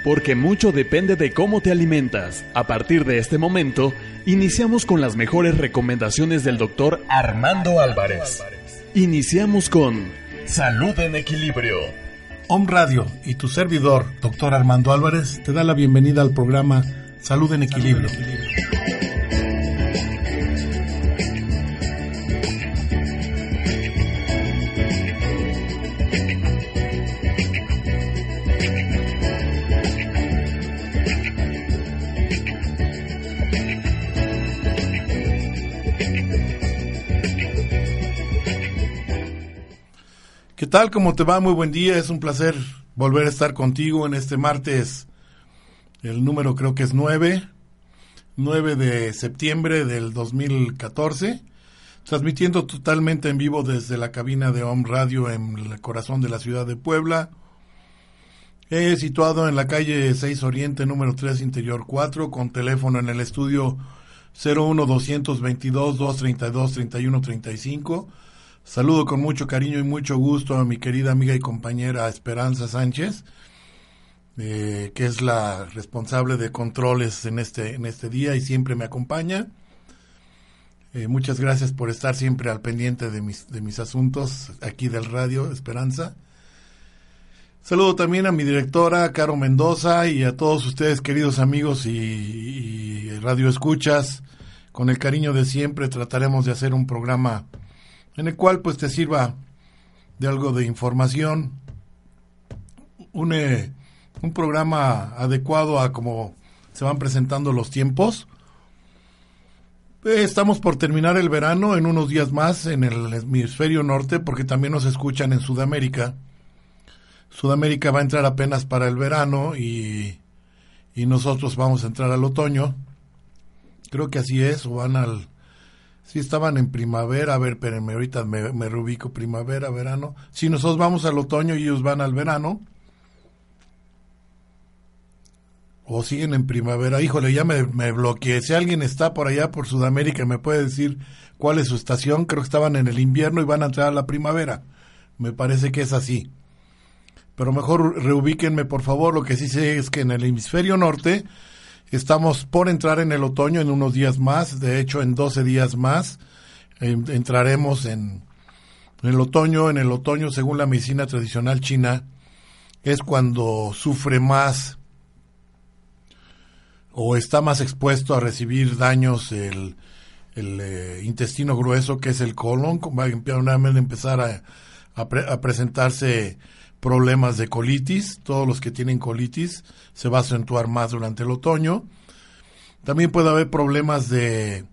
porque mucho depende de cómo te alimentas. A partir de este momento, iniciamos con las mejores recomendaciones del doctor Armando Álvarez. Iniciamos con Salud en Equilibrio. Om Radio y tu servidor, doctor Armando Álvarez, te da la bienvenida al programa Salud en Equilibrio. ¿Qué tal? ¿Cómo te va? Muy buen día. Es un placer volver a estar contigo en este martes. El número creo que es 9 de septiembre del 2014. Transmitiendo totalmente en vivo desde la cabina de Om Radio en el corazón de la ciudad de Puebla. Situado en la calle 6 Oriente, número 3, Interior 4, con teléfono en el estudio 01-222-232-3135. Saludo con mucho cariño y mucho gusto a mi querida amiga y compañera Esperanza Sánchez, que es la responsable de controles en este día y siempre me acompaña. Muchas gracias por estar siempre al pendiente de mis asuntos aquí del radio, Esperanza. Saludo también a mi directora, Caro Mendoza, y a todos ustedes, queridos amigos y radioescuchas. Con el cariño de siempre trataremos de hacer un programa en el cual pues te sirva de algo de información, un programa adecuado a cómo se van presentando los tiempos. Estamos por terminar el verano en unos días más en el hemisferio norte, porque también nos escuchan en Sudamérica. Sudamérica va a entrar apenas para el verano y nosotros vamos a entrar al otoño. Creo que así es, o van al... Sí, estaban en primavera, a ver, espérenme, ahorita me reubico, primavera, verano. Sí, nosotros vamos al otoño y ellos van al verano. O siguen en primavera. Híjole, ya me bloqueé. Si alguien está por allá, por Sudamérica, me puede decir cuál es su estación. Creo que estaban en el invierno y van a entrar a la primavera. Me parece que es así. Pero mejor reubíquenme, por favor. Lo que sí sé es que en el hemisferio norte estamos por entrar en el otoño en unos días más, de hecho en 12 días más entraremos en el otoño. En el otoño, según la medicina tradicional china, es cuando sufre más o está más expuesto a recibir daños el intestino grueso, que es el colon. Va a empezar a presentarse problemas de colitis. Todos los que tienen colitis se va a acentuar más durante el otoño. También puede haber problemas de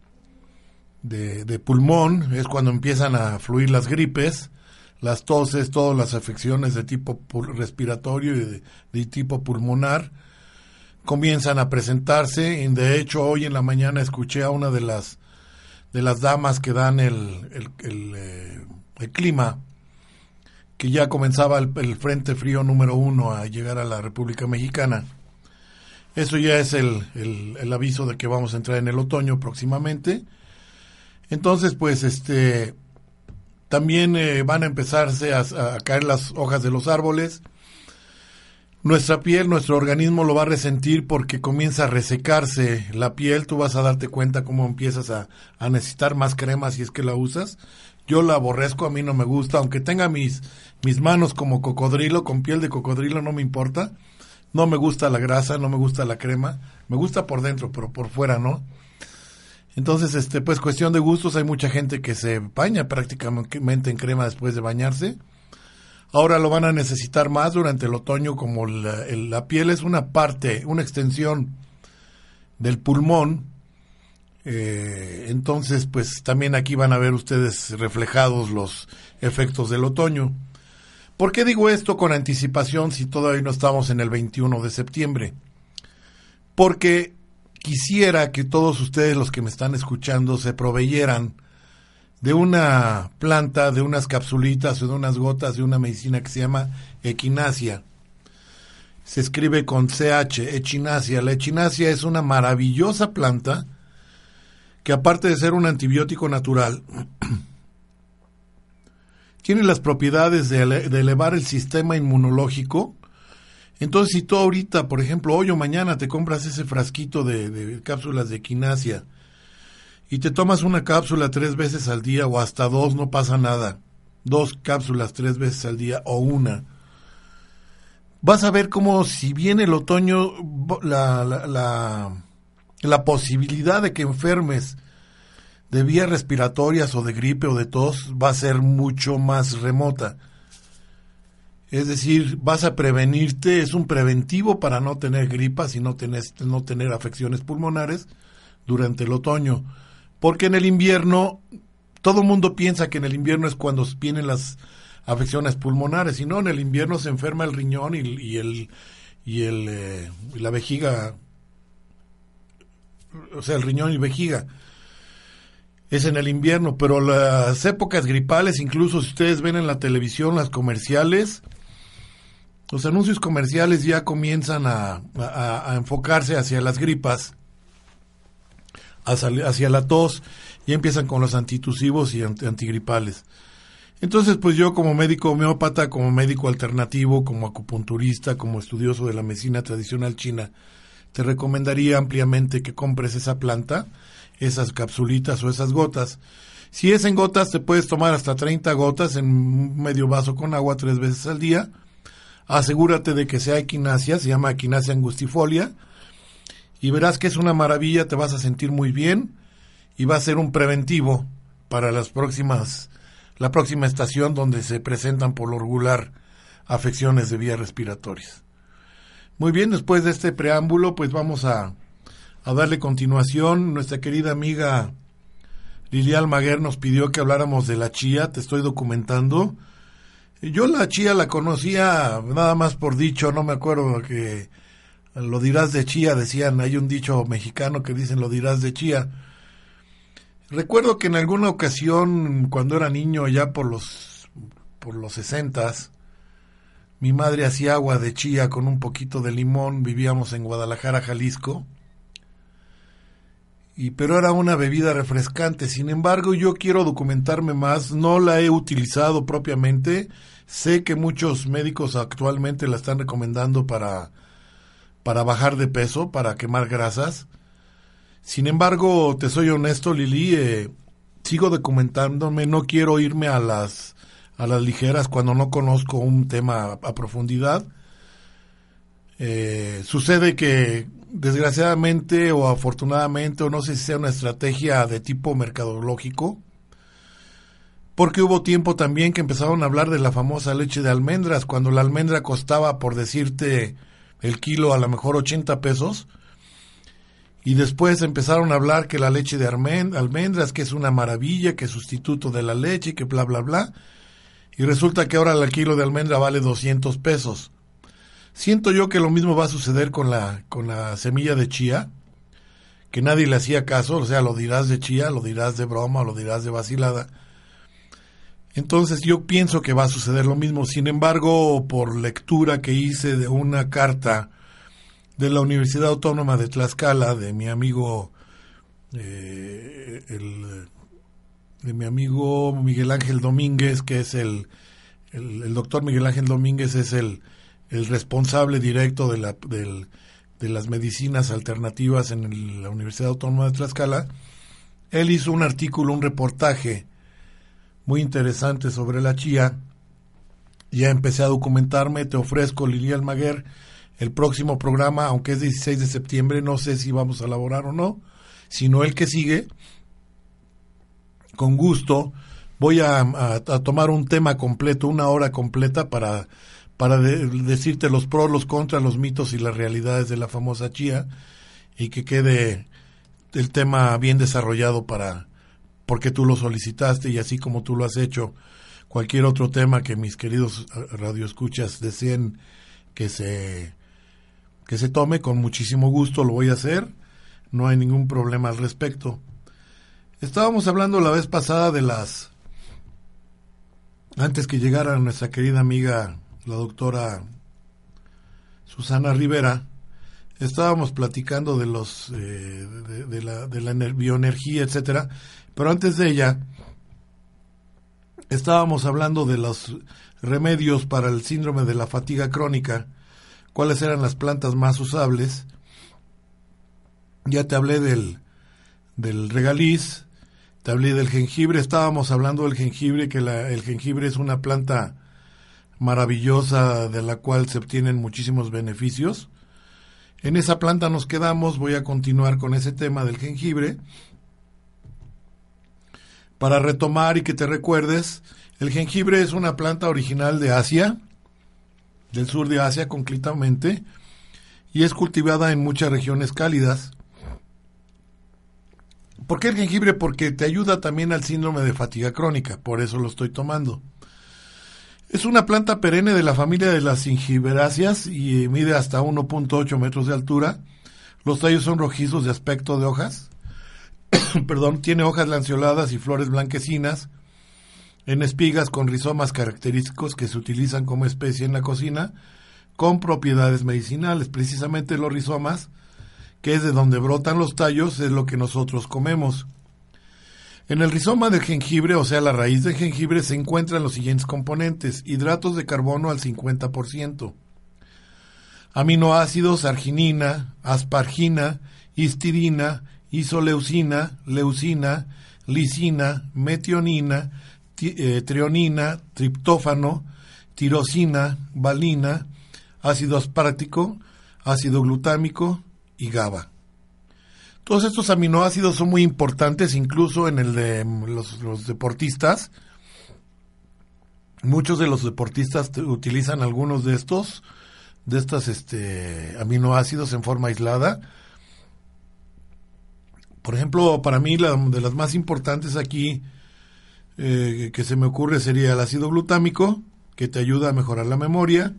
pulmón, es cuando empiezan a fluir las gripes, las toses, todas las afecciones de tipo respiratorio y de tipo pulmonar comienzan a presentarse. Y de hecho hoy en la mañana escuché a una de las damas que dan el clima, que ya comenzaba el frente frío número 1 a llegar a la República Mexicana. Eso ya es el aviso de que vamos a entrar en el otoño próximamente. Entonces, pues, también van a empezarse a caer las hojas de los árboles. Nuestra piel, nuestro organismo lo va a resentir porque comienza a resecarse la piel. Tú vas a darte cuenta cómo empiezas a necesitar más crema si es que la usas. Yo la aborrezco, a mí no me gusta, aunque tenga mis manos como cocodrilo, con piel de cocodrilo, no me importa. No me gusta la grasa, no me gusta la crema. Me gusta por dentro, pero por fuera no. Entonces, pues cuestión de gustos. Hay mucha gente que se baña prácticamente en crema después de bañarse. Ahora lo van a necesitar más durante el otoño, como la piel es una parte, una extensión del pulmón. Entonces, pues también aquí van a ver ustedes reflejados los efectos del otoño. ¿Por qué digo esto con anticipación si todavía no estamos en el 21 de septiembre? Porque quisiera que todos ustedes, los que me están escuchando, se proveyeran de una planta, de unas capsulitas o de unas gotas de una medicina que se llama equinacia. Se escribe con CH, echinacea. La echinacea es una maravillosa planta que, aparte de ser un antibiótico natural, tiene las propiedades de elevar el sistema inmunológico Entonces, si tú ahorita, por ejemplo, hoy o mañana te compras ese frasquito de cápsulas de equinacia y te tomas una cápsula 3 veces al día o hasta 2, no pasa nada. 2 cápsulas 3 veces al día o una. Vas a ver cómo si viene el otoño, la posibilidad de que enfermes de vías respiratorias o de gripe o de tos va a ser mucho más remota. Es decir, vas a prevenirte, es un preventivo para no tener gripas y no tener afecciones pulmonares durante el otoño. Porque en el invierno, todo el mundo piensa que en el invierno es cuando vienen las afecciones pulmonares, y no, en el invierno se enferma el riñón y la vejiga, o sea, el riñón y vejiga. Es en el invierno, pero las épocas gripales, incluso si ustedes ven en la televisión las comerciales, los anuncios comerciales ya comienzan a enfocarse hacia las gripas, hacia la tos, y empiezan con los antitusivos y antigripales. Entonces, pues yo como médico homeópata, como médico alternativo, como acupunturista, como estudioso de la medicina tradicional china, te recomendaría ampliamente que compres esa planta, esas capsulitas o esas gotas. Si es en gotas, te puedes tomar hasta 30 gotas en un medio vaso con agua 3 veces al día. Asegúrate de que sea equinacia, se llama equinacia angustifolia, y verás que es una maravilla, te vas a sentir muy bien y va a ser un preventivo para la próxima estación donde se presentan por lo regular afecciones de vías respiratorias. Muy bien, después de este preámbulo, pues vamos a darle continuación. Nuestra querida amiga Lili Almaguer nos pidió que habláramos de la chía, te estoy documentando. Yo la chía la conocía nada más por dicho, no me acuerdo que lo dirás de chía, decían, hay un dicho mexicano que dicen lo dirás de chía. Recuerdo que en alguna ocasión, cuando era niño, ya por los 60s, mi madre hacía agua de chía con un poquito de limón, vivíamos en Guadalajara, Jalisco, pero era una bebida refrescante. Sin embargo, yo quiero documentarme más, no la he utilizado propiamente, sé que muchos médicos actualmente la están recomendando para bajar de peso, para quemar grasas. Sin embargo, te soy honesto, Lili, sigo documentándome, no quiero irme a las ligeras cuando no conozco un tema a profundidad. Sucede que desgraciadamente o afortunadamente, o no sé si sea una estrategia de tipo mercadológico, porque hubo tiempo también que empezaron a hablar de la famosa leche de almendras, cuando la almendra costaba, por decirte, el kilo a lo mejor 80 pesos, y después empezaron a hablar que la leche de almendras, que es una maravilla, que es sustituto de la leche, que bla bla bla, y resulta que ahora el kilo de almendra vale 200 pesos. Siento yo que lo mismo va a suceder con la semilla de chía, que nadie le hacía caso, o sea, lo dirás de chía, lo dirás de broma, lo dirás de vacilada. Entonces yo pienso que va a suceder lo mismo. Sin embargo, por lectura que hice de una carta de la Universidad Autónoma de Tlaxcala, de mi amigo Miguel Ángel Domínguez, que es el doctor Miguel Ángel Domínguez es el responsable directo de las medicinas alternativas en la Universidad Autónoma de Tlaxcala. Él hizo un artículo, un reportaje muy interesante sobre la chía. Ya empecé a documentarme, te ofrezco, Lili Almaguer, el próximo programa, aunque es 16 de septiembre, no sé si vamos a elaborar o no, sino el que sigue, con gusto, voy a tomar un tema completo, 1 hora completa para decirte los pros, los contras, los mitos y las realidades de la famosa chía, y que quede el tema bien desarrollado porque tú lo solicitaste, y así como tú lo has hecho, cualquier otro tema que mis queridos radioescuchas deseen que se tome, con muchísimo gusto lo voy a hacer, no hay ningún problema al respecto. Estábamos hablando la vez pasada antes que llegara nuestra querida amiga, la doctora Susana Rivera, estábamos platicando de la bioenergía, etcétera, pero antes de ella estábamos hablando de los remedios para el síndrome de la fatiga crónica, cuáles eran las plantas más usables. Ya te hablé del regaliz, te hablé del jengibre. Estábamos hablando del jengibre, que el jengibre es una planta maravillosa de la cual se obtienen muchísimos beneficios. En esa planta nos quedamos. Voy a continuar con ese tema del jengibre. Para retomar y que te recuerdes, el jengibre es una planta original de Asia, del sur de Asia concretamente, y es cultivada en muchas regiones cálidas. ¿Por qué el jengibre? Porque te ayuda también al síndrome de fatiga crónica, por eso lo estoy tomando. Es una planta perenne de la familia de las gingiberáceas y mide hasta 1.8 metros de altura. Los tallos son rojizos de aspecto de hojas. Tiene hojas lanceoladas y flores blanquecinas en espigas con rizomas característicos que se utilizan como especie en la cocina con propiedades medicinales. Precisamente los rizomas, que es de donde brotan los tallos, es lo que nosotros comemos. En el rizoma del jengibre, o sea, la raíz del jengibre, se encuentran los siguientes componentes: hidratos de carbono al 50%, aminoácidos, arginina, aspargina, histidina, isoleucina, leucina, lisina, metionina, treonina, triptófano, tirosina, valina, ácido aspartico, ácido glutámico y GABA. Todos estos aminoácidos son muy importantes, incluso en el de los deportistas. Muchos de los deportistas utilizan algunos de estos aminoácidos en forma aislada. Por ejemplo, para mí de las más importantes aquí que se me ocurre sería el ácido glutámico, que te ayuda a mejorar la memoria.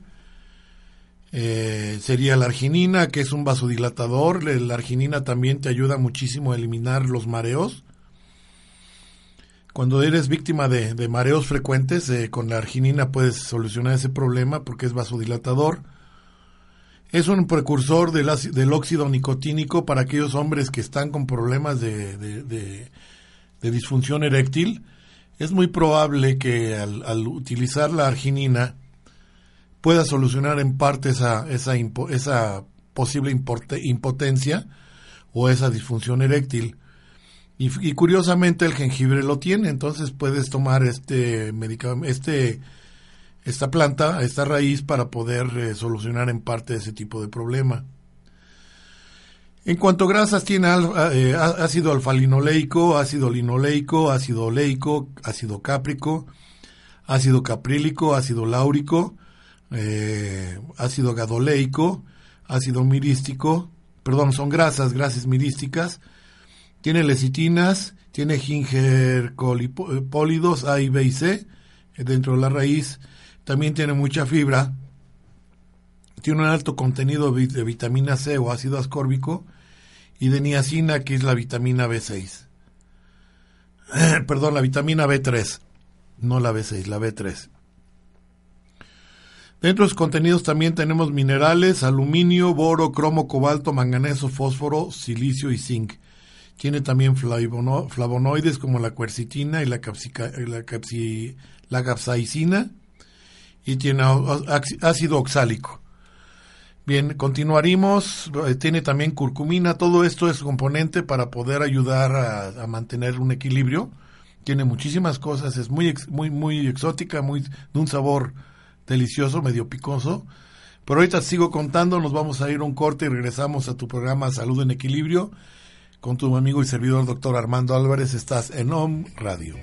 Sería la arginina, que es un vasodilatador. La arginina también te ayuda muchísimo a eliminar los mareos. Cuando eres víctima de mareos frecuentes, con la arginina puedes solucionar ese problema porque es vasodilatador. Es un precursor del óxido nicotínico para aquellos hombres que están con problemas de disfunción eréctil. Es muy probable que al utilizar la arginina pueda solucionar en parte esa posible impotencia o esa disfunción eréctil. Y curiosamente el jengibre lo tiene, entonces puedes tomar esta planta, esta raíz, para poder solucionar en parte ese tipo de problema. En cuanto a grasas, tiene ácido alfa-linoleico, ácido linoleico, ácido oleico, ácido cáprico, ácido caprílico, ácido láurico, ácido gadoleico, ácido mirístico, son grasas mirísticas. Tiene lecitinas, tiene gingercolipólidos A y B y C dentro de la raíz. También tiene mucha fibra. Tiene un alto contenido de vitamina C o ácido ascórbico y de niacina, que es la vitamina B6. La vitamina B3, no la B6, la B3. Dentro de los contenidos también tenemos minerales: aluminio, boro, cromo, cobalto, manganeso, fósforo, silicio y zinc. Tiene también flavonoides como la quercetina y la capsaicina, y tiene ácido oxálico. Bien, continuaremos. Tiene también curcumina. Todo esto es componente para poder ayudar a mantener un equilibrio. Tiene muchísimas cosas, es muy exótica, de un sabor delicioso, medio picoso. Pero ahorita sigo contando, nos vamos a ir a un corte y regresamos a tu programa Salud en Equilibrio con tu amigo y servidor doctor Armando Álvarez. Estás en OM Radio.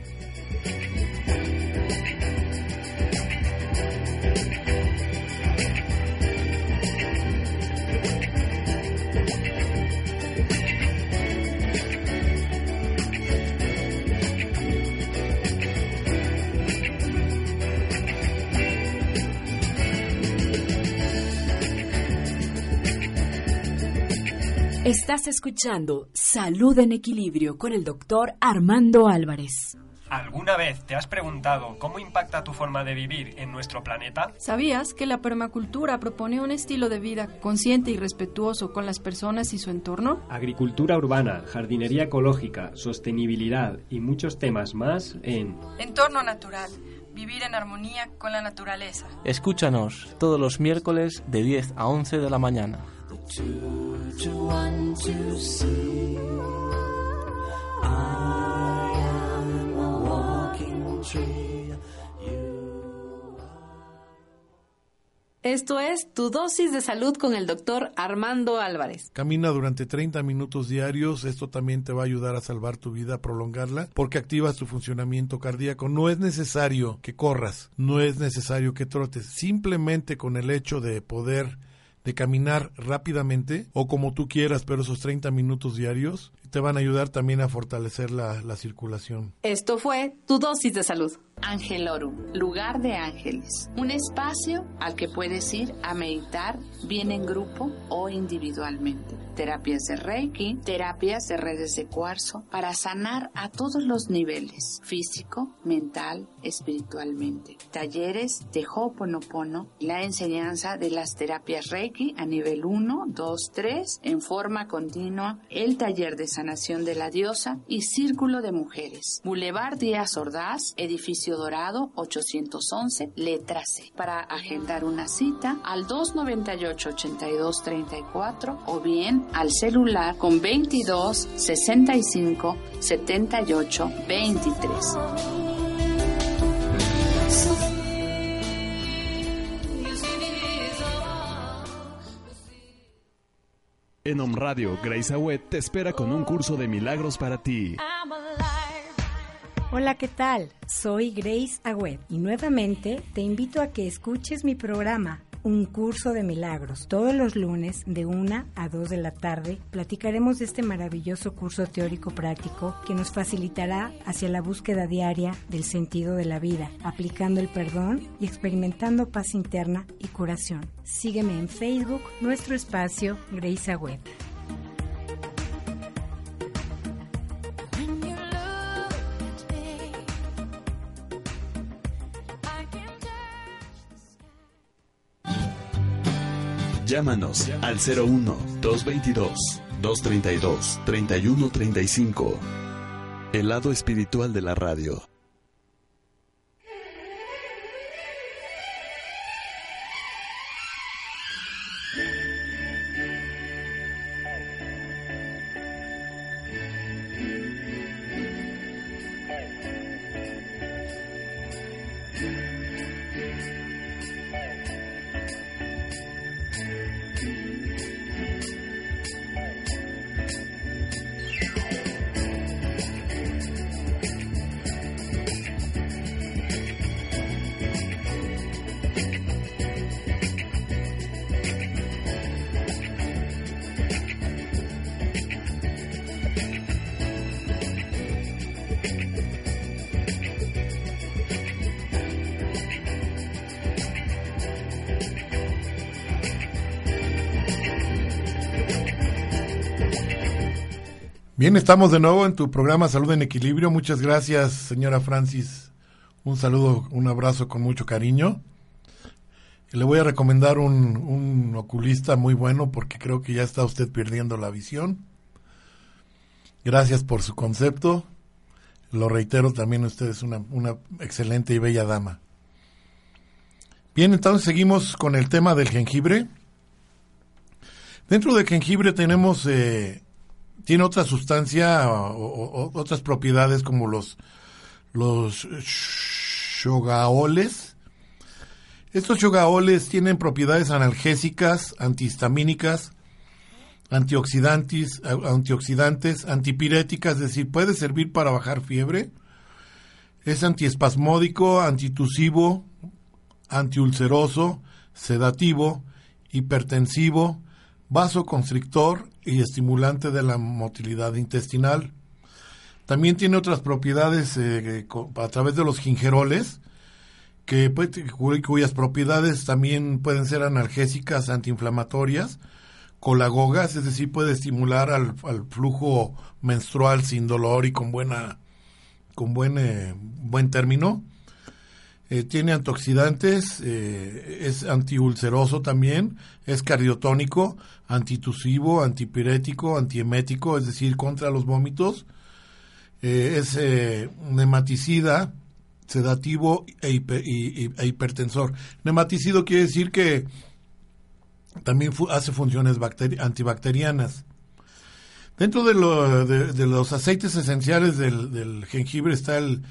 Estás escuchando Salud en Equilibrio con el doctor Armando Álvarez. ¿Alguna vez te has preguntado cómo impacta tu forma de vivir en nuestro planeta? ¿Sabías que la permacultura propone un estilo de vida consciente y respetuoso con las personas y su entorno? Agricultura urbana, jardinería ecológica, sostenibilidad y muchos temas más en Entorno natural, vivir en armonía con la naturaleza. Escúchanos todos los miércoles de 10 a 11 de la mañana. Esto es Tu Dosis de Salud con el Dr. Armando Álvarez. Camina durante 30 minutos diarios. Esto también te va a ayudar a salvar tu vida, a prolongarla, porque activas tu funcionamiento cardíaco. No es necesario que corras, no es necesario que trotes. Simplemente con el hecho de poder de caminar rápidamente o como tú quieras, pero esos 30 minutos diarios te van a ayudar también a fortalecer la circulación. Esto fue Tu Dosis de Salud. Angelorum, lugar de ángeles. Un espacio al que puedes ir a meditar, bien en grupo o individualmente. Terapias de Reiki, terapias de redes de cuarzo, para sanar a todos los niveles, físico, mental, espiritualmente. Talleres de Ho'oponopono, la enseñanza de las terapias Reiki a nivel 1, 2, 3, en forma continua, el taller de sanación de la diosa y círculo de mujeres. Boulevard Díaz Ordaz, edificio Dorado 811, letra C. Para agendar una cita al 298-8234 o bien al celular con 22 65 78 23. En Om Radio, Grace Agüed te espera con un curso de milagros para ti. Hola, ¿qué tal? Soy Grace Agüed y nuevamente te invito a que escuches mi programa, Un Curso de Milagros. Todos los lunes de 1 a 2 de la tarde platicaremos de este maravilloso curso teórico práctico que nos facilitará hacia la búsqueda diaria del sentido de la vida, aplicando el perdón y experimentando paz interna y curación. Sígueme en Facebook, nuestro espacio Grace Agüed. Llámanos al 01-222-232-3135. El lado espiritual de la radio. Bien, estamos de nuevo en tu programa Salud en Equilibrio. Muchas gracias, señora Francis. Un saludo, un abrazo con mucho cariño. Le voy a recomendar un oculista muy bueno porque creo que ya está usted perdiendo la visión. Gracias por su concepto. Lo reitero, también usted es una excelente y bella dama. Bien, entonces seguimos con el tema del jengibre. Dentro del jengibre tenemos... tiene otra sustancia o otras propiedades como los shogaoles. Estos shogaoles tienen propiedades analgésicas, antihistamínicas, antioxidantes, antipiréticas, es decir, puede servir para bajar fiebre. Es antiespasmódico, antitusivo, antiulceroso, sedativo, hipertensivo, vasoconstrictor y estimulante de la motilidad intestinal. También tiene otras propiedades a través de los gingeroles, cuyas propiedades también pueden ser analgésicas, antiinflamatorias, colagogas, es decir, puede estimular al flujo menstrual sin dolor y con buen término. Tiene antioxidantes, es antiulceroso también, es cardiotónico, antitusivo, antipirético, antiemético, es decir, contra los vómitos. Es nematicida, sedativo e hipertensor. Nematicida quiere decir que también hace funciones antibacterianas. Dentro de los aceites esenciales del jengibre está el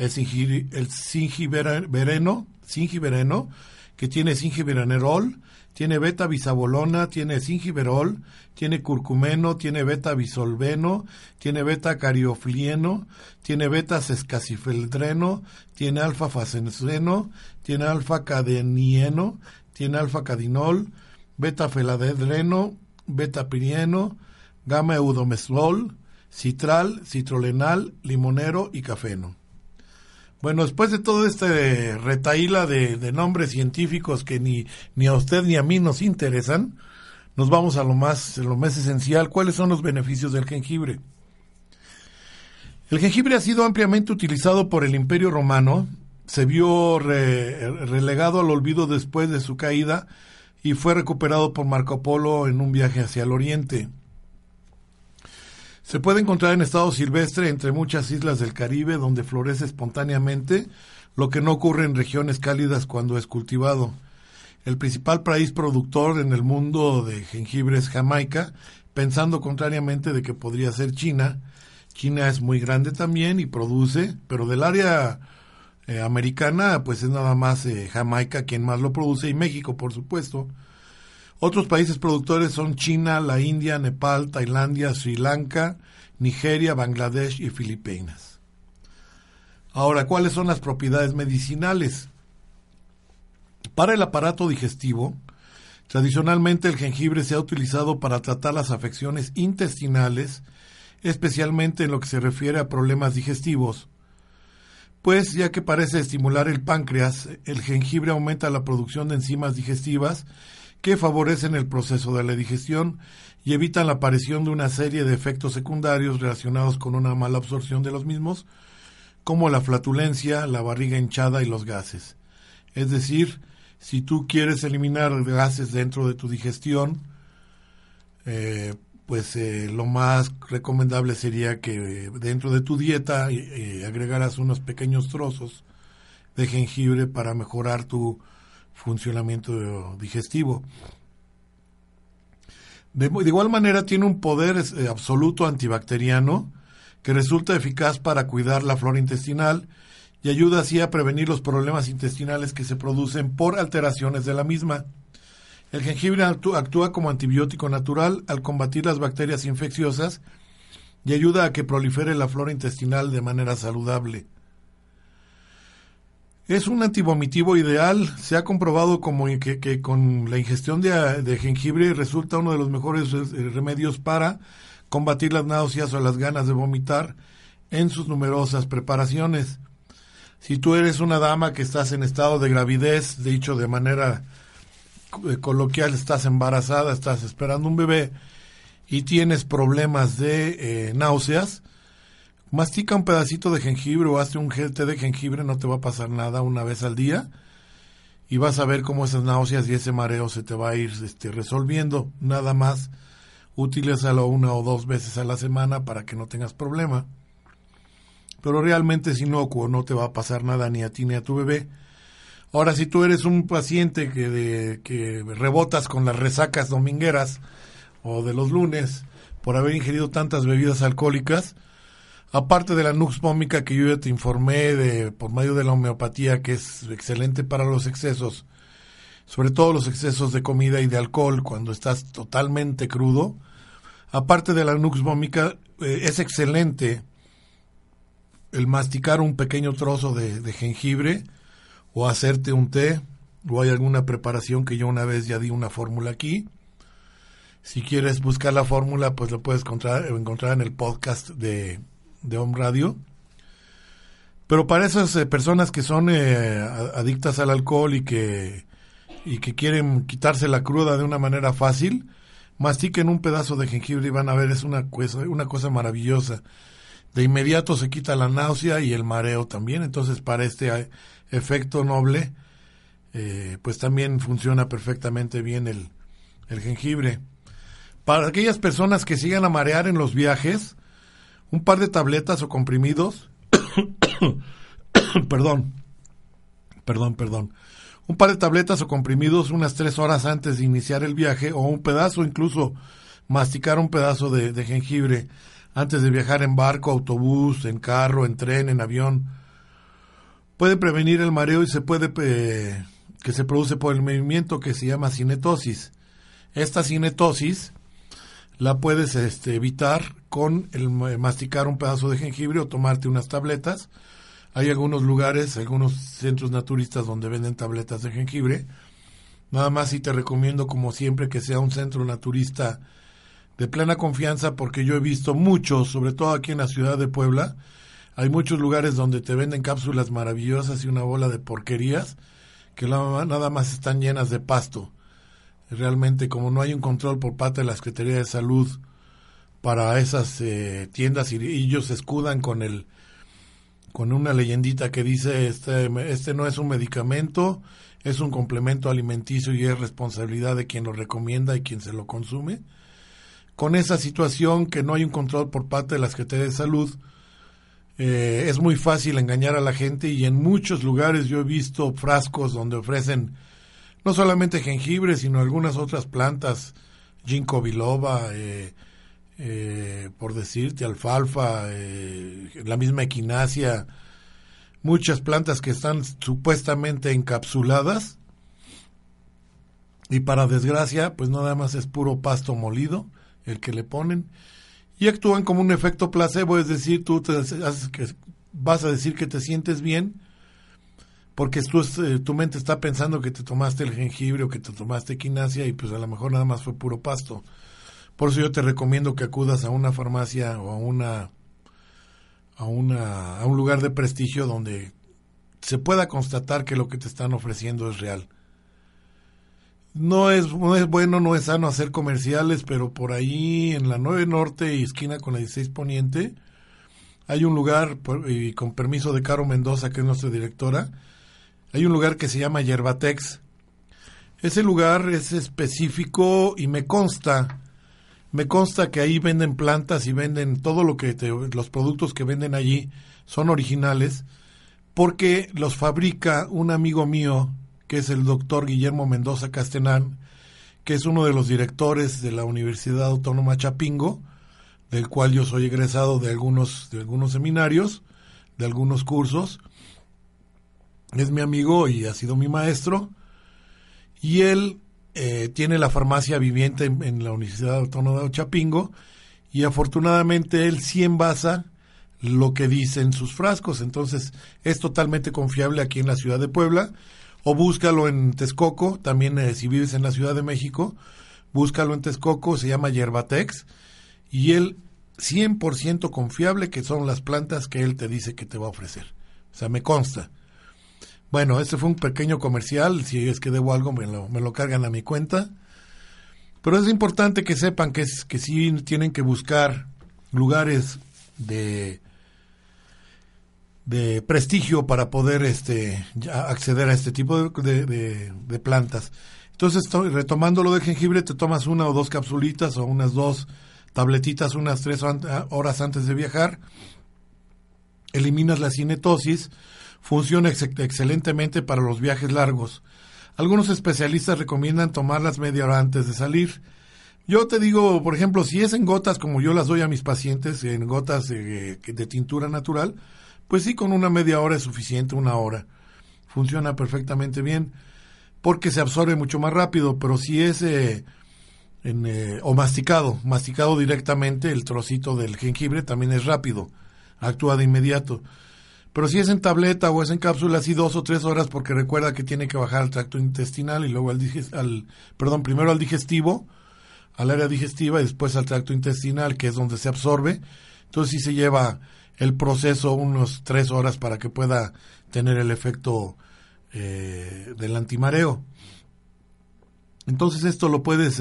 zingibereno, que tiene zingiberenerol, tiene beta-bisabolona, tiene zingiberol, tiene curcumeno, tiene beta-bisolveno, tiene beta-cariofilieno, tiene beta-sescasifeldreno, tiene alfa-facenceno, tiene alfa-cadenieno, tiene alfa-cadinol, beta-feladedreno, beta-pirieno, gamma-eudomesol, citral, citrolenal, limonero y cafeno. Bueno, después de todo este retahíla de nombres científicos que ni a usted ni a mí nos interesan, nos vamos a lo más esencial. ¿Cuáles son los beneficios del jengibre? El jengibre ha sido ampliamente utilizado por el Imperio Romano, se vio relegado al olvido después de su caída y fue recuperado por Marco Polo en un viaje hacia el oriente. Se puede encontrar en estado silvestre entre muchas islas del Caribe, donde florece espontáneamente, lo que no ocurre en regiones cálidas cuando es cultivado. El principal país productor en el mundo de jengibre es Jamaica, pensando contrariamente de que podría ser China. China es muy grande también y produce, pero del área americana pues es nada más Jamaica quien más lo produce, y México, por supuesto. Otros países productores son China, la India, Nepal, Tailandia, Sri Lanka, Nigeria, Bangladesh y Filipinas. Ahora, ¿cuáles son las propiedades medicinales? Para el aparato digestivo, tradicionalmente el jengibre se ha utilizado para tratar las afecciones intestinales, especialmente en lo que se refiere a problemas digestivos. Pues, ya que parece estimular el páncreas, el jengibre aumenta la producción de enzimas digestivas que favorecen el proceso de la digestión y evitan la aparición de una serie de efectos secundarios relacionados con una mala absorción de los mismos, como la flatulencia, la barriga hinchada y los gases. Es decir, si tú quieres eliminar gases dentro de tu digestión, lo más recomendable sería que dentro de tu dieta agregaras unos pequeños trozos de jengibre para mejorar tu funcionamiento digestivo. De igual manera tiene un poder absoluto antibacteriano que resulta eficaz para cuidar la flora intestinal y ayuda así a prevenir los problemas intestinales que se producen por alteraciones de la misma. El jengibre actúa como antibiótico natural al combatir las bacterias infecciosas y ayuda a que prolifere la flora intestinal de manera saludable. Es un antivomitivo ideal. Se ha comprobado que con la ingestión de jengibre resulta uno de los mejores remedios para combatir las náuseas o las ganas de vomitar en sus numerosas preparaciones. Si tú eres una dama que estás en estado de gravidez, dicho de manera coloquial, estás embarazada, estás esperando un bebé y tienes problemas de náuseas, mastica un pedacito de jengibre o hazte un té de jengibre, no te va a pasar nada, una vez al día, y vas a ver cómo esas náuseas y ese mareo se te va a ir resolviendo. Nada más, utilízalo 1 o 2 veces a la semana para que no tengas problema. Pero realmente es inocuo, no te va a pasar nada ni a ti ni a tu bebé. Ahora, si tú eres un paciente que rebotas con las resacas domingueras o de los lunes por haber ingerido tantas bebidas alcohólicas, aparte de la nux vomica que yo ya te informé por medio de la homeopatía, que es excelente para los excesos, sobre todo los excesos de comida y de alcohol cuando estás totalmente crudo, aparte de la nux vomica, es excelente el masticar un pequeño trozo de jengibre o hacerte un té, o hay alguna preparación que yo una vez ya di una fórmula aquí. Si quieres buscar la fórmula, pues lo puedes encontrar en el podcast de Home Radio. Pero para esas personas que son adictas al alcohol y que quieren quitarse la cruda de una manera fácil, mastiquen un pedazo de jengibre y van a ver, es una cosa maravillosa. De inmediato se quita la náusea y el mareo también. Entonces, para este efecto noble, pues también funciona perfectamente bien el jengibre. Para aquellas personas que sigan a marear en los viajes, un par de tabletas o comprimidos Perdón. Un par de tabletas o comprimidos unas 3 horas antes de iniciar el viaje, o un pedazo, incluso masticar un pedazo de jengibre antes de viajar en barco, autobús, en carro, en tren, en avión. Puede prevenir el mareo y que se produce por el movimiento que se llama cinetosis. Esta cinetosis la puedes evitar con el masticar un pedazo de jengibre o tomarte unas tabletas. Hay algunos lugares, algunos centros naturistas donde venden tabletas de jengibre. Nada más sí te recomiendo, como siempre, que sea un centro naturista de plena confianza, porque yo he visto muchos, sobre todo aquí en la ciudad de Puebla, hay muchos lugares donde te venden cápsulas maravillosas y una bola de porquerías que nada más están llenas de pasto. Realmente, como no hay un control por parte de la Secretaría de Salud para esas tiendas, y ellos se escudan con una leyendita que dice este no es un medicamento, es un complemento alimenticio y es responsabilidad de quien lo recomienda y quien se lo consume. Con esa situación que no hay un control por parte de la Secretaría de Salud, es muy fácil engañar a la gente, y en muchos lugares yo he visto frascos donde ofrecen no solamente jengibre, sino algunas otras plantas, ginkgo biloba, por decirte, alfalfa, la misma equinacia, muchas plantas que están supuestamente encapsuladas, y para desgracia, pues nada más es puro pasto molido el que le ponen, y actúan como un efecto placebo, es decir, tú vas a decir que te sientes bien, porque tu mente está pensando que te tomaste el jengibre o que te tomaste equinacia, y pues a lo mejor nada más fue puro pasto. Por eso yo te recomiendo que acudas a una farmacia o a un lugar de prestigio donde se pueda constatar que lo que te están ofreciendo es real. No es bueno, no es sano hacer comerciales, pero por ahí en la 9 Norte y esquina con la 16 Poniente hay un lugar, y con permiso de Caro Mendoza, que es nuestra directora, hay un lugar que se llama Yerbatex. Ese lugar es específico y me consta que ahí venden plantas y venden todo los productos que venden allí son originales, porque los fabrica un amigo mío, que es el doctor Guillermo Mendoza Castenán, que es uno de los directores de la Universidad Autónoma Chapingo, del cual yo soy egresado de algunos seminarios, de algunos cursos. Es mi amigo y ha sido mi maestro, y él tiene la farmacia viviente en la Universidad Autónoma de Chapingo, y afortunadamente él sí envasa lo que dicen sus frascos, entonces es totalmente confiable aquí en la ciudad de Puebla. O búscalo en Texcoco, también si vives en la Ciudad de México, búscalo en Texcoco, se llama Yerbatex, y él 100% confiable que son las plantas que él te dice que te va a ofrecer. O sea, me consta. Bueno, este fue un pequeño comercial, si es que debo algo me lo cargan a mi cuenta, pero es importante que sepan que sí tienen que buscar lugares de prestigio para poder acceder a este tipo de plantas. Entonces, retomando lo del jengibre, te tomas 1 o 2 capsulitas o unas 2 tabletitas unas 3 horas antes de viajar, eliminas la cinetosis, funciona excelentemente para los viajes largos. Algunos especialistas recomiendan tomarlas media hora antes de salir. Yo te digo, por ejemplo, si es en gotas como yo las doy a mis pacientes, en gotas de tintura natural, pues sí, con una media hora es suficiente, 1 hora. Funciona perfectamente bien, porque se absorbe mucho más rápido, pero si es o masticado directamente, el trocito del jengibre también es rápido, actúa de inmediato. Pero si es en tableta o es en cápsula, sí 2 o 3 horas, porque recuerda que tiene que bajar al tracto intestinal y luego primero al digestivo, al área digestiva, y después al tracto intestinal, que es donde se absorbe. Entonces sí se lleva el proceso unos 3 horas para que pueda tener el efecto del antimareo. Entonces esto lo puedes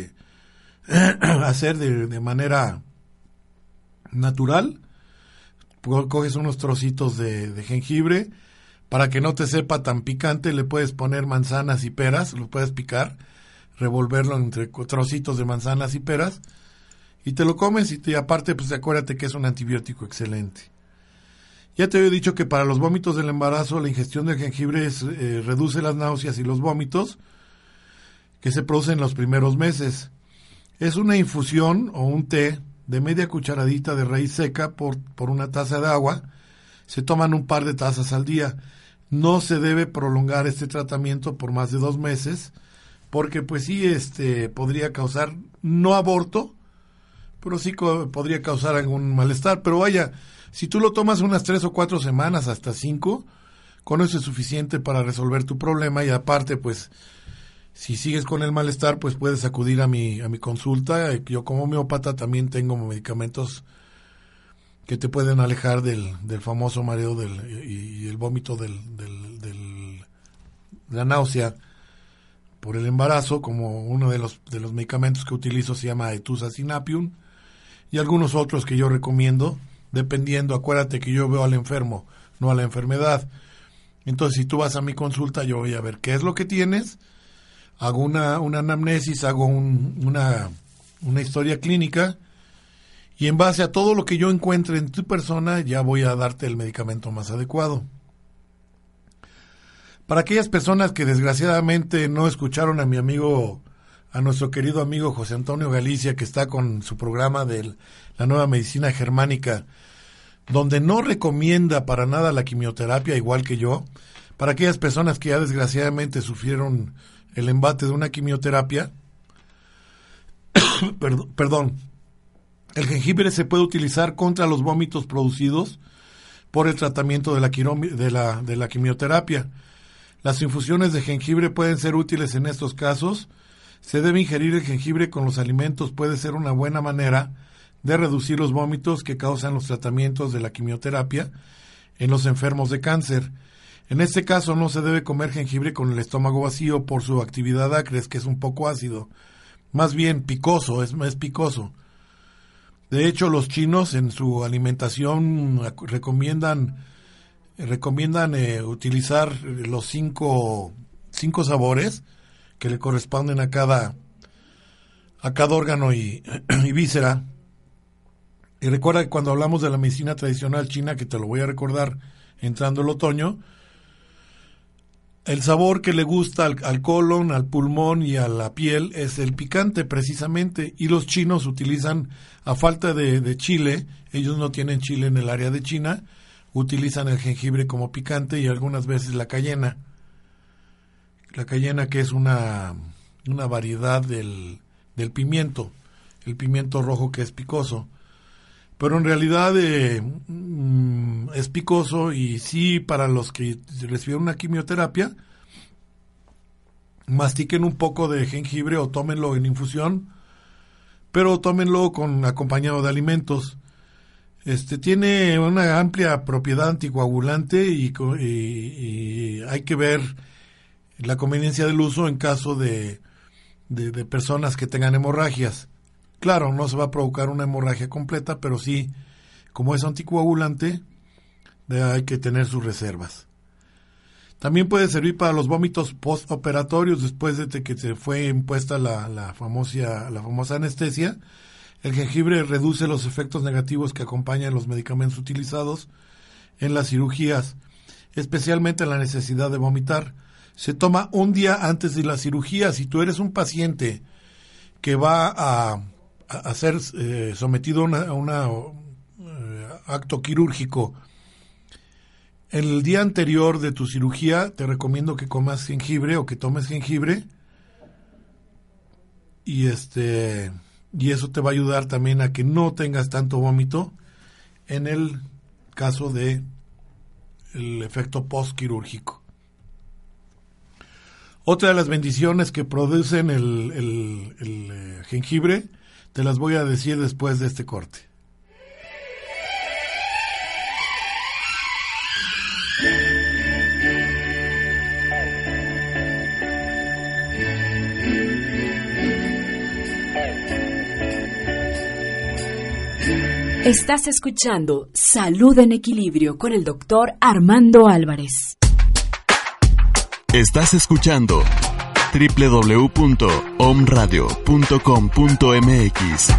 hacer de manera natural. Coges unos trocitos de jengibre, para que no te sepa tan picante, le puedes poner manzanas y peras, lo puedes picar, revolverlo entre trocitos de manzanas y peras, y te lo comes, y aparte pues acuérdate que es un antibiótico excelente. Ya te había dicho que para los vómitos del embarazo la ingestión del jengibre reduce las náuseas y los vómitos que se producen en los primeros meses. Es una infusión o un té de media cucharadita de raíz seca por una taza de agua. Se toman un par de tazas al día. No se debe prolongar este tratamiento por más de 2 meses, porque pues sí podría causar, no aborto, pero sí podría causar algún malestar. Pero vaya, si tú lo tomas unas 3 o 4 semanas, hasta 5, con eso es suficiente para resolver tu problema. Y aparte, pues, si sigues con el malestar, pues puedes acudir a mi consulta. Yo como homeópata también tengo medicamentos que te pueden alejar del famoso mareo y el vómito de la náusea por el embarazo, como uno de los medicamentos que utilizo se llama Etusa Sinapium, y algunos otros que yo recomiendo, dependiendo. Acuérdate que yo veo al enfermo, no a la enfermedad. Entonces, si tú vas a mi consulta, yo voy a ver qué es lo que tienes, hago una anamnesis, hago una historia clínica, y en base a todo lo que yo encuentre en tu persona, ya voy a darte el medicamento más adecuado. Para aquellas personas que desgraciadamente no escucharon a nuestro querido amigo José Antonio Galicia, que está con su programa de la nueva medicina germánica, donde no recomienda para nada la quimioterapia, igual que yo, para aquellas personas que ya desgraciadamente sufrieron el embate de una quimioterapia, perdón, el jengibre se puede utilizar contra los vómitos producidos por el tratamiento de la quimioterapia. Las infusiones de jengibre pueden ser útiles en estos casos. Se debe ingerir el jengibre con los alimentos, puede ser una buena manera de reducir los vómitos que causan los tratamientos de la quimioterapia en los enfermos de cáncer. En este caso no se debe comer jengibre con el estómago vacío por su actividad acres, que es un poco ácido, más bien picoso, es picoso. De hecho, los chinos en su alimentación recomiendan utilizar los 5 sabores que le corresponden a cada órgano y víscera. Y recuerda que cuando hablamos de la medicina tradicional china, que te lo voy a recordar entrando el otoño, el sabor que le gusta al colon, al pulmón y a la piel es el picante precisamente, y los chinos utilizan, a falta de chile, ellos no tienen chile en el área de China, utilizan el jengibre como picante y algunas veces la cayena. La cayena, que es una variedad del pimiento, el pimiento rojo, que es picoso. Pero en realidad es picoso, y sí, para los que recibieron una quimioterapia, mastiquen un poco de jengibre o tómenlo en infusión, pero tómenlo acompañado de alimentos. Tiene una amplia propiedad anticoagulante y hay que ver la conveniencia del uso en caso de personas que tengan hemorragias. Claro, no se va a provocar una hemorragia completa, pero sí, como es anticoagulante, hay que tener sus reservas. También puede servir para los vómitos postoperatorios después de que se fue impuesta la famosa anestesia. El jengibre reduce los efectos negativos que acompañan los medicamentos utilizados en las cirugías, especialmente la necesidad de vomitar. Se toma un día antes de la cirugía. Si tú eres un paciente que va a ser sometido a un acto quirúrgico, el día anterior de tu cirugía, te recomiendo que comas jengibre o que tomes jengibre, y eso te va a ayudar también a que no tengas tanto vómito en el caso de el efecto postquirúrgico. Otra de las bendiciones que producen el jengibre te las voy a decir después de este corte. Estás escuchando Salud en Equilibrio con el doctor Armando Álvarez. Estás escuchando www.omradio.com.mx.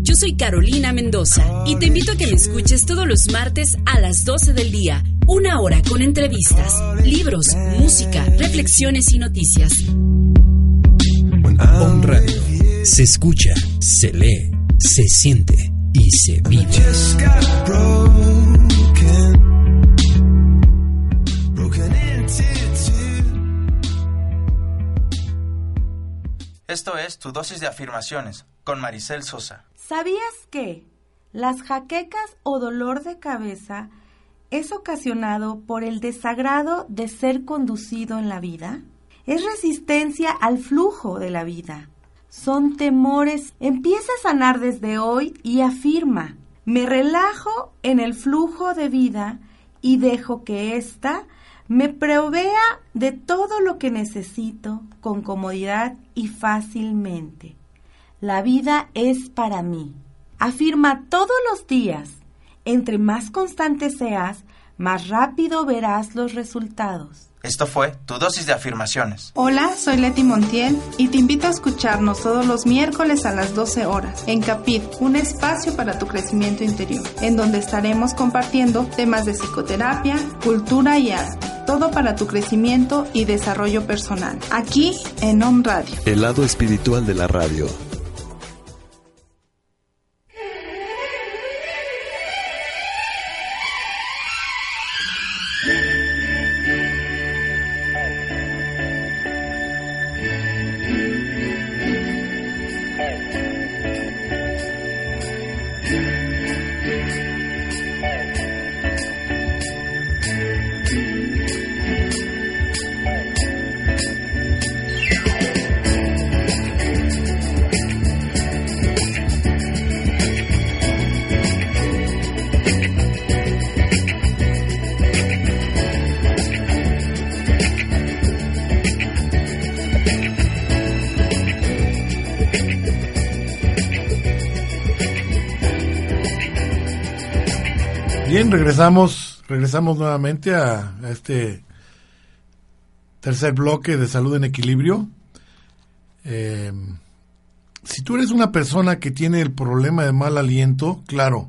Yo soy Carolina Mendoza y te invito a que me escuches todos los martes a las 12 del día. 1 hora con entrevistas, libros, música, reflexiones y noticias. Om Radio. Se escucha, se lee, se siente y se vive. Esto es Tu Dosis de Afirmaciones, con Maricel Sosa. ¿Sabías que las jaquecas o dolor de cabeza es ocasionado por el desagrado de ser conducido en la vida? Es resistencia al flujo de la vida. Son temores. Empieza a sanar desde hoy y afirma: me relajo en el flujo de vida y dejo que ésta me provea de todo lo que necesito con comodidad y fácilmente. La vida es para mí. Afirma todos los días. Entre más constante seas, más rápido verás los resultados. Esto fue Tu Dosis de Afirmaciones. Hola, soy Leti Montiel y te invito a escucharnos todos los miércoles a las 12 horas en Capit, un espacio para tu crecimiento interior, en donde estaremos compartiendo temas de psicoterapia, cultura y arte, todo para tu crecimiento y desarrollo personal, aquí en Om Radio. El lado espiritual de la radio. Bien, regresamos nuevamente a este tercer bloque de Salud en Equilibrio. Si tú eres una persona que tiene el problema de mal aliento, claro,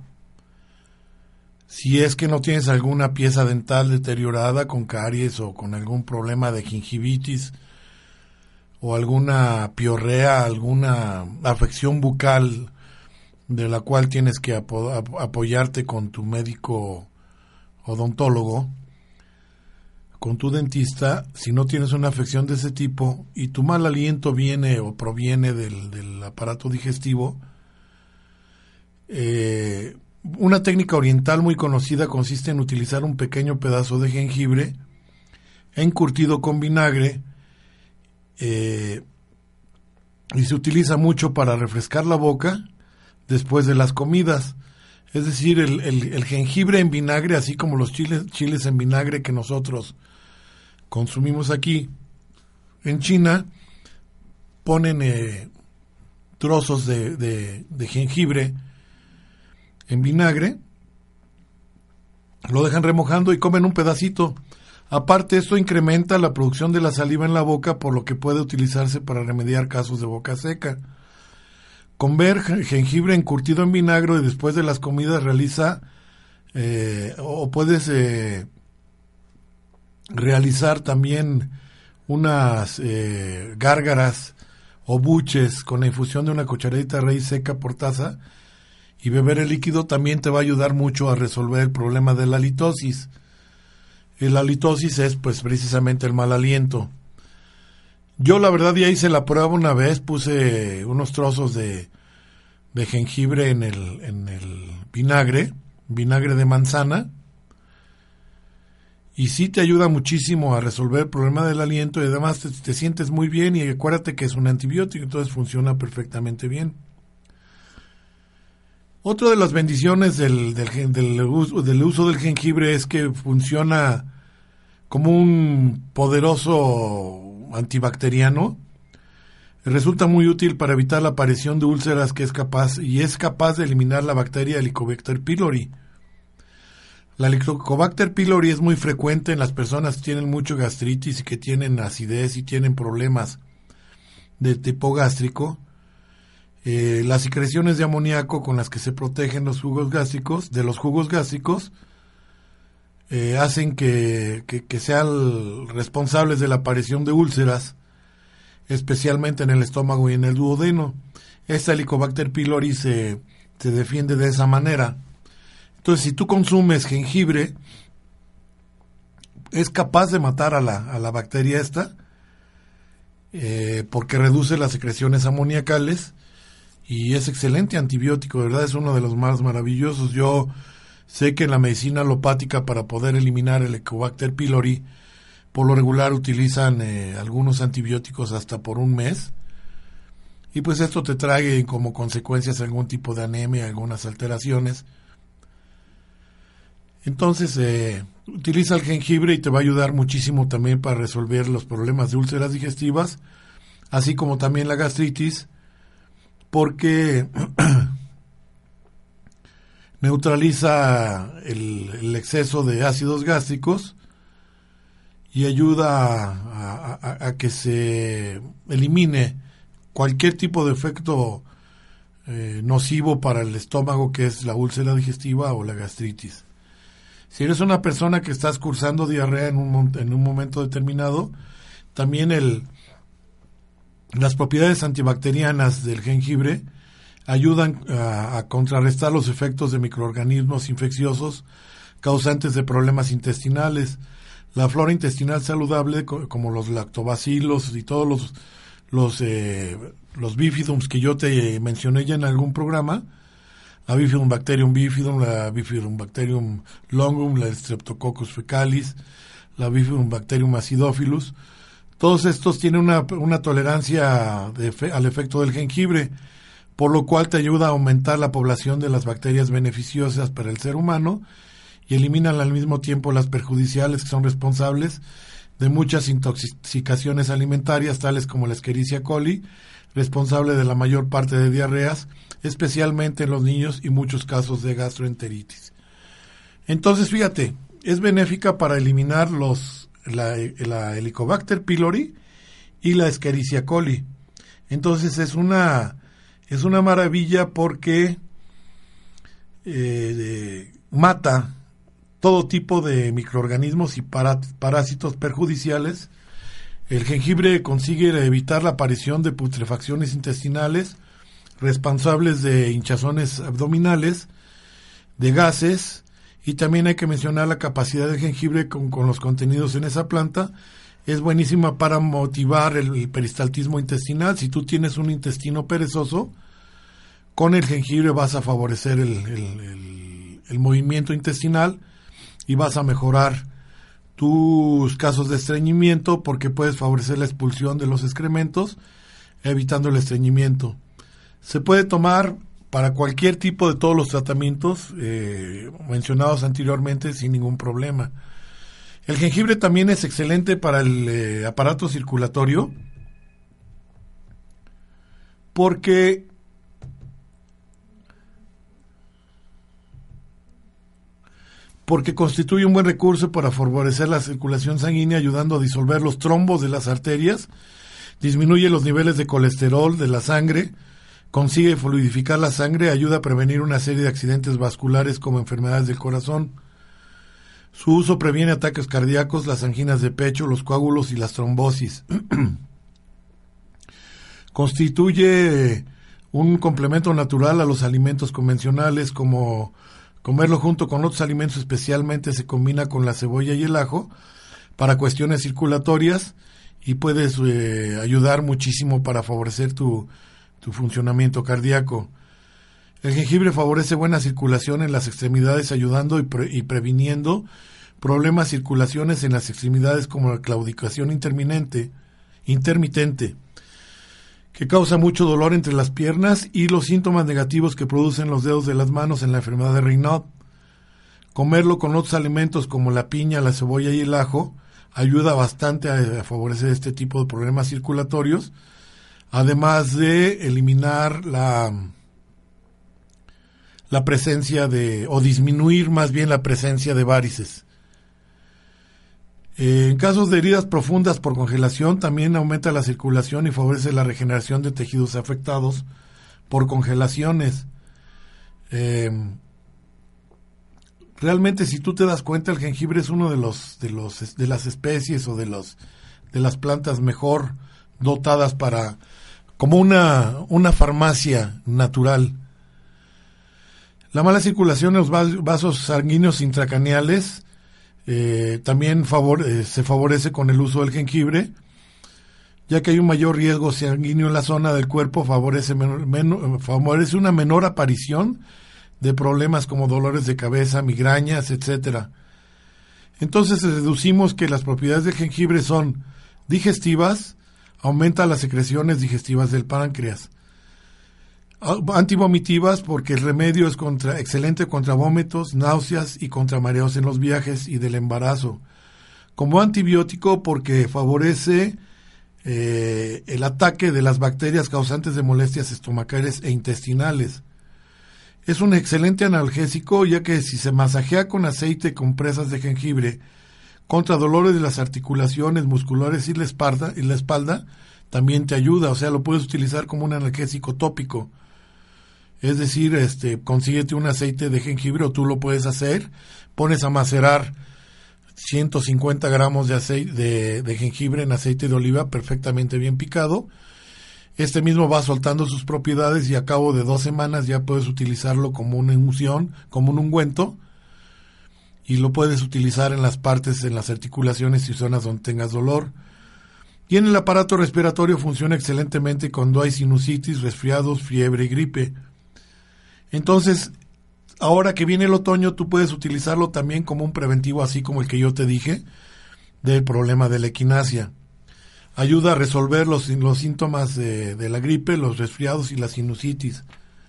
si es que no tienes alguna pieza dental deteriorada con caries o con algún problema de gingivitis o alguna piorrea, alguna afección bucal de la cual tienes que apoyarte con tu médico odontólogo, con tu dentista. Si no tienes una afección de ese tipo y tu mal aliento viene o proviene del aparato digestivo, una técnica oriental muy conocida consiste en utilizar un pequeño pedazo de jengibre encurtido con vinagre, y se utiliza mucho para refrescar la boca después de las comidas. Es decir, el jengibre en vinagre, así como los chiles en vinagre que nosotros consumimos aquí en China, ponen trozos de jengibre en vinagre, lo dejan remojando y comen un pedacito. Aparte, esto incrementa la producción de la saliva en la boca, por lo que puede utilizarse para remediar casos de boca seca. Comer jengibre encurtido en vinagre y después de las comidas realiza o puedes realizar también unas gárgaras o buches con la infusión de una cucharadita de raíz seca por taza, y beber el líquido también te va a ayudar mucho a resolver el problema de la halitosis. La halitosis es pues precisamente el mal aliento. Yo la verdad ya hice la prueba una vez, puse unos trozos de jengibre en el vinagre de manzana, y sí te ayuda muchísimo a resolver el problema del aliento, y además te sientes muy bien, y acuérdate que es un antibiótico, entonces funciona perfectamente bien. Otra de las bendiciones del uso del jengibre es que funciona como un poderoso antibacteriano. Resulta muy útil para evitar la aparición de úlceras, que es capaz de eliminar la bacteria Helicobacter pylori. La Helicobacter pylori es muy frecuente en las personas que tienen mucho gastritis y que tienen acidez y tienen problemas de tipo gástrico. Las secreciones de amoníaco con las que se protegen los jugos gástricos, hacen que sean responsables de la aparición de úlceras, especialmente en el estómago y en el duodeno. Esta Helicobacter pylori se defiende de esa manera. Entonces, si tú consumes jengibre, es capaz de matar a la bacteria esta, porque reduce las secreciones amoníacales y es excelente antibiótico, de verdad es uno de los más maravillosos. Yo sé que en la medicina alopática, para poder eliminar el Helicobacter pylori, por lo regular utilizan algunos antibióticos hasta por un mes, y pues esto te trae como consecuencias algún tipo de anemia, algunas alteraciones. Entonces utiliza el jengibre y te va a ayudar muchísimo también para resolver los problemas de úlceras digestivas, así como también la gastritis, porque neutraliza el exceso de ácidos gástricos y ayuda a que se elimine cualquier tipo de efecto nocivo para el estómago, que es la úlcera digestiva o la gastritis. Si eres una persona que estás cursando diarrea en un momento determinado, también las propiedades antibacterianas del jengibre ayudan a contrarrestar los efectos de microorganismos infecciosos causantes de problemas intestinales. La flora intestinal saludable, como los lactobacilos y todos los bifidums que yo te mencioné ya en algún programa, la Bifidobacterium bifidum, la Bifidobacterium longum, la Streptococcus fecalis, la Bifidobacterium acidophilus, todos estos tienen una tolerancia al efecto del jengibre, por lo cual te ayuda a aumentar la población de las bacterias beneficiosas para el ser humano y eliminan al mismo tiempo las perjudiciales, que son responsables de muchas intoxicaciones alimentarias, tales como la Escherichia coli, responsable de la mayor parte de diarreas, especialmente en los niños, y muchos casos de gastroenteritis. Entonces, fíjate, es benéfica para eliminar la Helicobacter pylori y la Escherichia coli. Entonces es una maravilla, porque mata todo tipo de microorganismos y parásitos perjudiciales. El jengibre consigue evitar la aparición de putrefacciones intestinales, responsables de hinchazones abdominales, de gases, y también hay que mencionar la capacidad del jengibre con los contenidos en esa planta. Es buenísima para motivar el peristaltismo intestinal. Si tú tienes un intestino perezoso, con el jengibre vas a favorecer el movimiento intestinal y vas a mejorar tus casos de estreñimiento, porque puedes favorecer la expulsión de los excrementos, evitando el estreñimiento. Se puede tomar para cualquier tipo de todos los tratamientos mencionados anteriormente sin ningún problema. El jengibre también es excelente para el aparato circulatorio, porque constituye un buen recurso para favorecer la circulación sanguínea, ayudando a disolver los trombos de las arterias, disminuye los niveles de colesterol de la sangre, consigue fluidificar la sangre, ayuda a prevenir una serie de accidentes vasculares como enfermedades del corazón. Su uso previene ataques cardíacos, las anginas de pecho, los coágulos y las trombosis. Constituye un complemento natural a los alimentos convencionales, como comerlo junto con otros alimentos. Especialmente se combina con la cebolla y el ajo para cuestiones circulatorias, y puedes ayudar muchísimo para favorecer tu funcionamiento cardíaco. El jengibre favorece buena circulación en las extremidades, ayudando y previniendo problemas de circulaciones en las extremidades, como la claudicación intermitente, que causa mucho dolor entre las piernas, y los síntomas negativos que producen los dedos de las manos en la enfermedad de Raynaud. Comerlo con otros alimentos como la piña, la cebolla y el ajo ayuda bastante a favorecer este tipo de problemas circulatorios, además de eliminar la presencia o disminuir más bien la presencia de varices. En casos de heridas profundas por congelación, también aumenta la circulación y favorece la regeneración de tejidos afectados por congelaciones. Realmente, si tú te das cuenta, el jengibre es uno de las especies o de las plantas mejor dotadas para, como una farmacia natural. La mala circulación en los vasos sanguíneos intracraneales también se favorece con el uso del jengibre, ya que hay un mayor riesgo sanguíneo en la zona del cuerpo, favorece una menor aparición de problemas como dolores de cabeza, migrañas, etcétera. Entonces deducimos que las propiedades del jengibre son digestivas, aumenta las secreciones digestivas del páncreas, antivomitivas porque el remedio es excelente contra vómitos, náuseas y contra mareos en los viajes y del embarazo, como antibiótico porque favorece el ataque de las bacterias causantes de molestias estomacales e intestinales. Es un excelente analgésico, ya que si se masajea con aceite con presas de jengibre contra dolores de las articulaciones musculares y la espalda, también te ayuda. O sea, lo puedes utilizar como un analgésico tópico. Es decir, consíguete un aceite de jengibre, o tú lo puedes hacer, pones a macerar 150 gramos de aceite de jengibre en aceite de oliva perfectamente bien picado. Este mismo va soltando sus propiedades y a cabo de 2 semanas ya puedes utilizarlo como una infusión, como un ungüento, y lo puedes utilizar en las partes, en las articulaciones y zonas donde tengas dolor. Y en el aparato respiratorio funciona excelentemente cuando hay sinusitis, resfriados, fiebre y gripe. Entonces, ahora que viene el otoño, tú puedes utilizarlo también como un preventivo, así como el que yo te dije, del problema de la equinacia. Ayuda a resolver los síntomas de la gripe, los resfriados y la sinusitis.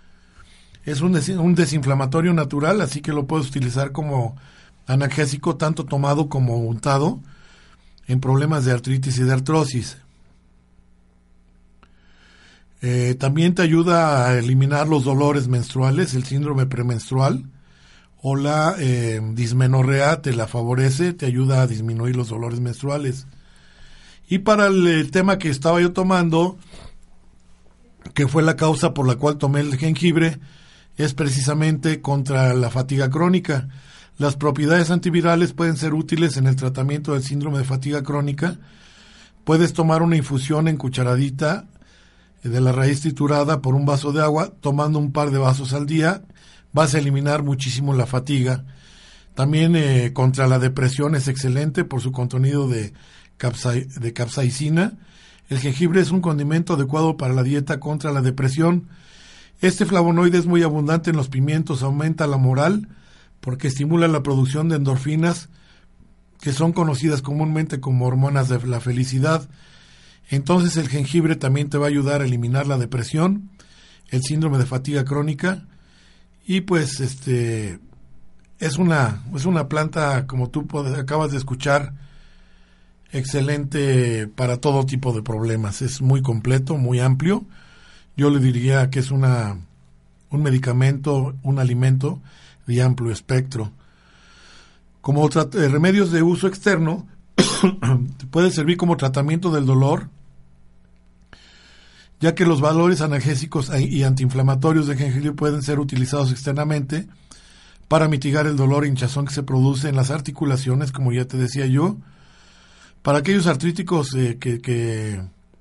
Es un desinflamatorio natural, así que lo puedes utilizar como analgésico, tanto tomado como untado, en problemas de artritis y de artrosis. También te ayuda a eliminar los dolores menstruales, el síndrome premenstrual, o la dismenorrea te la favorece, te ayuda a disminuir los dolores menstruales. Y para el tema que estaba yo tomando, que fue la causa por la cual tomé el jengibre, es precisamente contra la fatiga crónica. Las propiedades antivirales pueden ser útiles en el tratamiento del síndrome de fatiga crónica. Puedes tomar una infusión en cucharadita de la raíz triturada por un vaso de agua, tomando un par de vasos al día, vas a eliminar muchísimo la fatiga. También contra la depresión es excelente por su contenido de capsaicina. El jengibre es un condimento adecuado para la dieta contra la depresión. Este flavonoide es muy abundante en los pimientos, aumenta la moral porque estimula la producción de endorfinas, que son conocidas comúnmente como hormonas de la felicidad. Entonces el jengibre también te va a ayudar a eliminar la depresión, el síndrome de fatiga crónica, y pues es una planta, como tú acabas de escuchar, excelente para todo tipo de problemas. Es muy completo, muy amplio. Yo le diría que es un medicamento, un alimento de amplio espectro. Como remedios de uso externo, puede servir como tratamiento del dolor, ya que los valores analgésicos y antiinflamatorios de jengibre pueden ser utilizados externamente para mitigar el dolor e hinchazón que se produce en las articulaciones, como ya te decía yo. Para aquellos artríticos que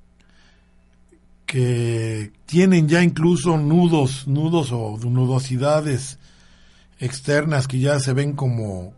tienen ya incluso nudos o nudosidades externas que ya se ven como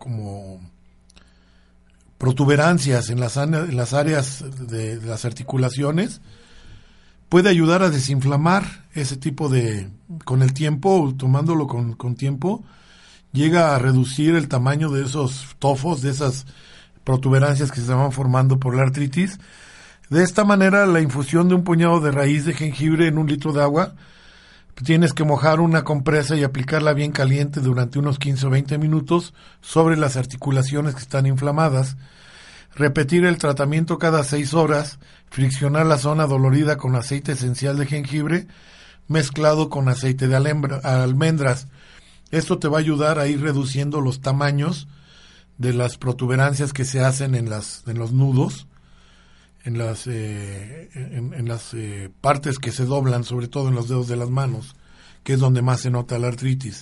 protuberancias en las áreas de las articulaciones, puede ayudar a desinflamar ese tipo con el tiempo, tomándolo con tiempo, llega a reducir el tamaño de esos tofos, de esas protuberancias que se van formando por la artritis. De esta manera, la infusión de un puñado de raíz de jengibre en 1 litro de agua, tienes que mojar una compresa y aplicarla bien caliente durante unos 15 o 20 minutos sobre las articulaciones que están inflamadas. Repetir el tratamiento cada 6 horas, friccionar la zona dolorida con aceite esencial de jengibre mezclado con aceite de almendras. Esto te va a ayudar a ir reduciendo los tamaños de las protuberancias que se hacen en los nudos. partes que se doblan, sobre todo en los dedos de las manos, que es donde más se nota la artritis.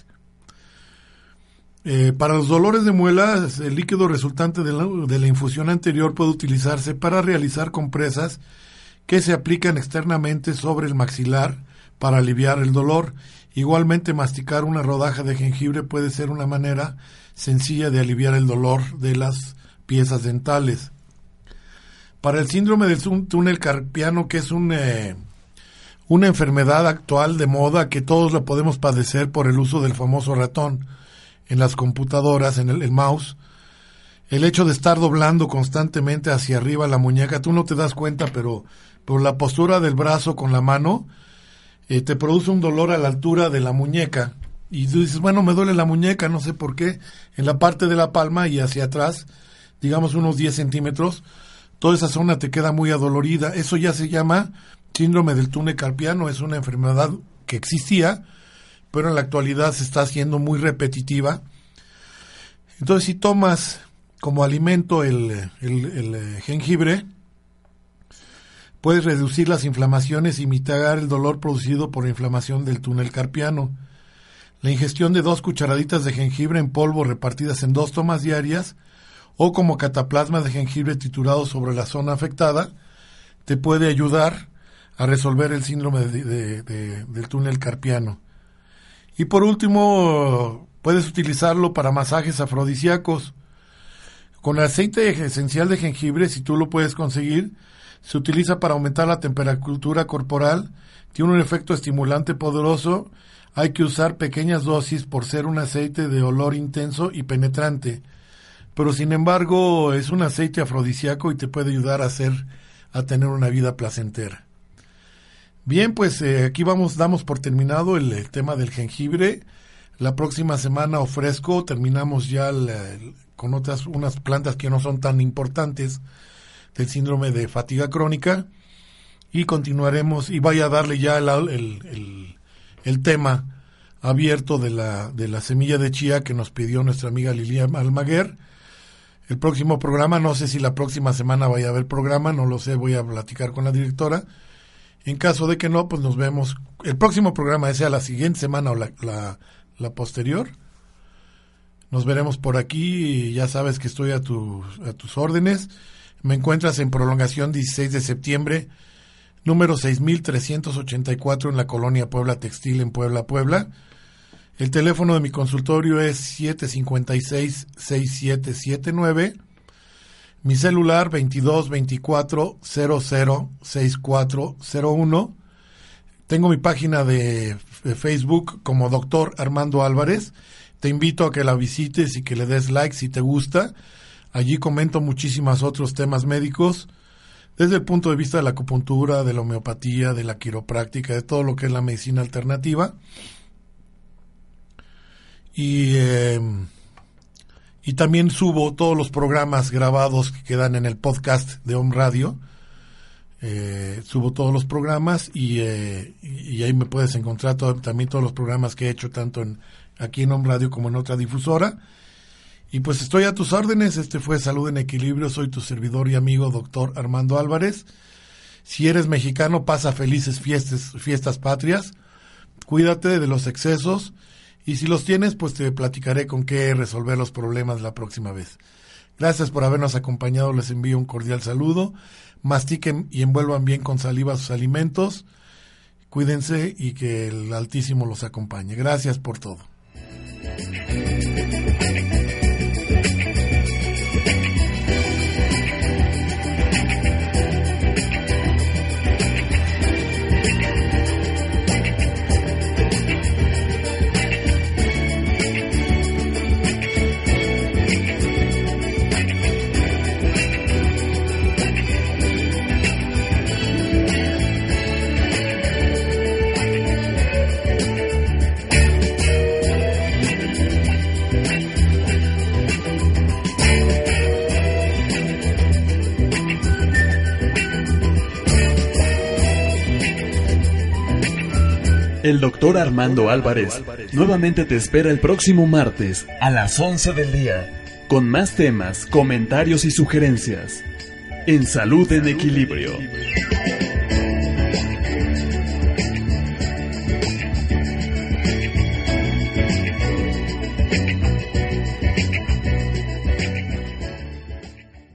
Para los dolores de muelas, el líquido resultante de la infusión anterior puede utilizarse para realizar compresas que se aplican externamente sobre el maxilar para aliviar el dolor. Igualmente, masticar una rodaja de jengibre puede ser una manera sencilla de aliviar el dolor de las piezas dentales. Para el síndrome del túnel carpiano, que es una enfermedad actual de moda que todos la podemos padecer por el uso del famoso ratón en las computadoras, en el mouse, el hecho de estar doblando constantemente hacia arriba la muñeca, tú no te das cuenta, pero por la postura del brazo con la mano, te produce un dolor a la altura de la muñeca, y tú dices, bueno, me duele la muñeca, no sé por qué, en la parte de la palma y hacia atrás, digamos unos 10 centímetros, toda esa zona te queda muy adolorida. Eso ya se llama síndrome del túnel carpiano, es una enfermedad que existía, pero en la actualidad se está haciendo muy repetitiva. Entonces, si tomas como alimento el jengibre, puedes reducir las inflamaciones y mitigar el dolor producido por la inflamación del túnel carpiano. La ingestión de 2 cucharaditas de jengibre en polvo repartidas en 2 tomas diarias o como cataplasma de jengibre triturado sobre la zona afectada te puede ayudar a resolver el síndrome del túnel carpiano. Y por último, puedes utilizarlo para masajes afrodisíacos. Con aceite esencial de jengibre, si tú lo puedes conseguir, se utiliza para aumentar la temperatura corporal, tiene un efecto estimulante poderoso, hay que usar pequeñas dosis por ser un aceite de olor intenso y penetrante, pero sin embargo es un aceite afrodisíaco y te puede ayudar a tener una vida placentera. Bien, pues aquí damos por terminado el tema del jengibre. La próxima semana terminamos ya con unas plantas que no son tan importantes del síndrome de fatiga crónica, y continuaremos, y vaya a darle ya el tema abierto de la semilla de chía que nos pidió nuestra amiga Lilian Almaguer. El próximo programa, no sé si la próxima semana vaya a haber programa, no lo sé, voy a platicar con la directora. En caso de que no, pues nos vemos. El próximo programa sea la siguiente semana o la posterior. Nos veremos por aquí y ya sabes que estoy a tus órdenes. Me encuentras en Prolongación 16 de septiembre, número 6384 en la Colonia Puebla Textil en Puebla, Puebla. El teléfono de mi consultorio es 756-6779. Mi celular 2224-006401. Tengo mi página de Facebook como Dr. Armando Álvarez. Te invito a que la visites y que le des like si te gusta. Allí comento muchísimos otros temas médicos, desde el punto de vista de la acupuntura, de la homeopatía, de la quiropráctica, de todo lo que es la medicina alternativa. Y también subo todos los programas grabados que quedan en el podcast de Home Radio. Subo todos los programas y ahí me puedes encontrar también todos los programas que he hecho tanto aquí en Home Radio como en otra difusora. Y pues estoy a tus órdenes. Este fue Salud en Equilibrio. Soy tu servidor y amigo Dr. Armando Álvarez. Si eres mexicano, pasa felices fiestas patrias. Cuídate de los excesos. Y si los tienes, pues te platicaré con qué resolver los problemas la próxima vez. Gracias por habernos acompañado. Les envío un cordial saludo. Mastiquen y envuelvan bien con saliva sus alimentos. Cuídense y que el Altísimo los acompañe. Gracias por todo. El doctor Armando Álvarez nuevamente te espera el próximo martes a las 11 del día con más temas, comentarios y sugerencias. en Salud en Equilibrio.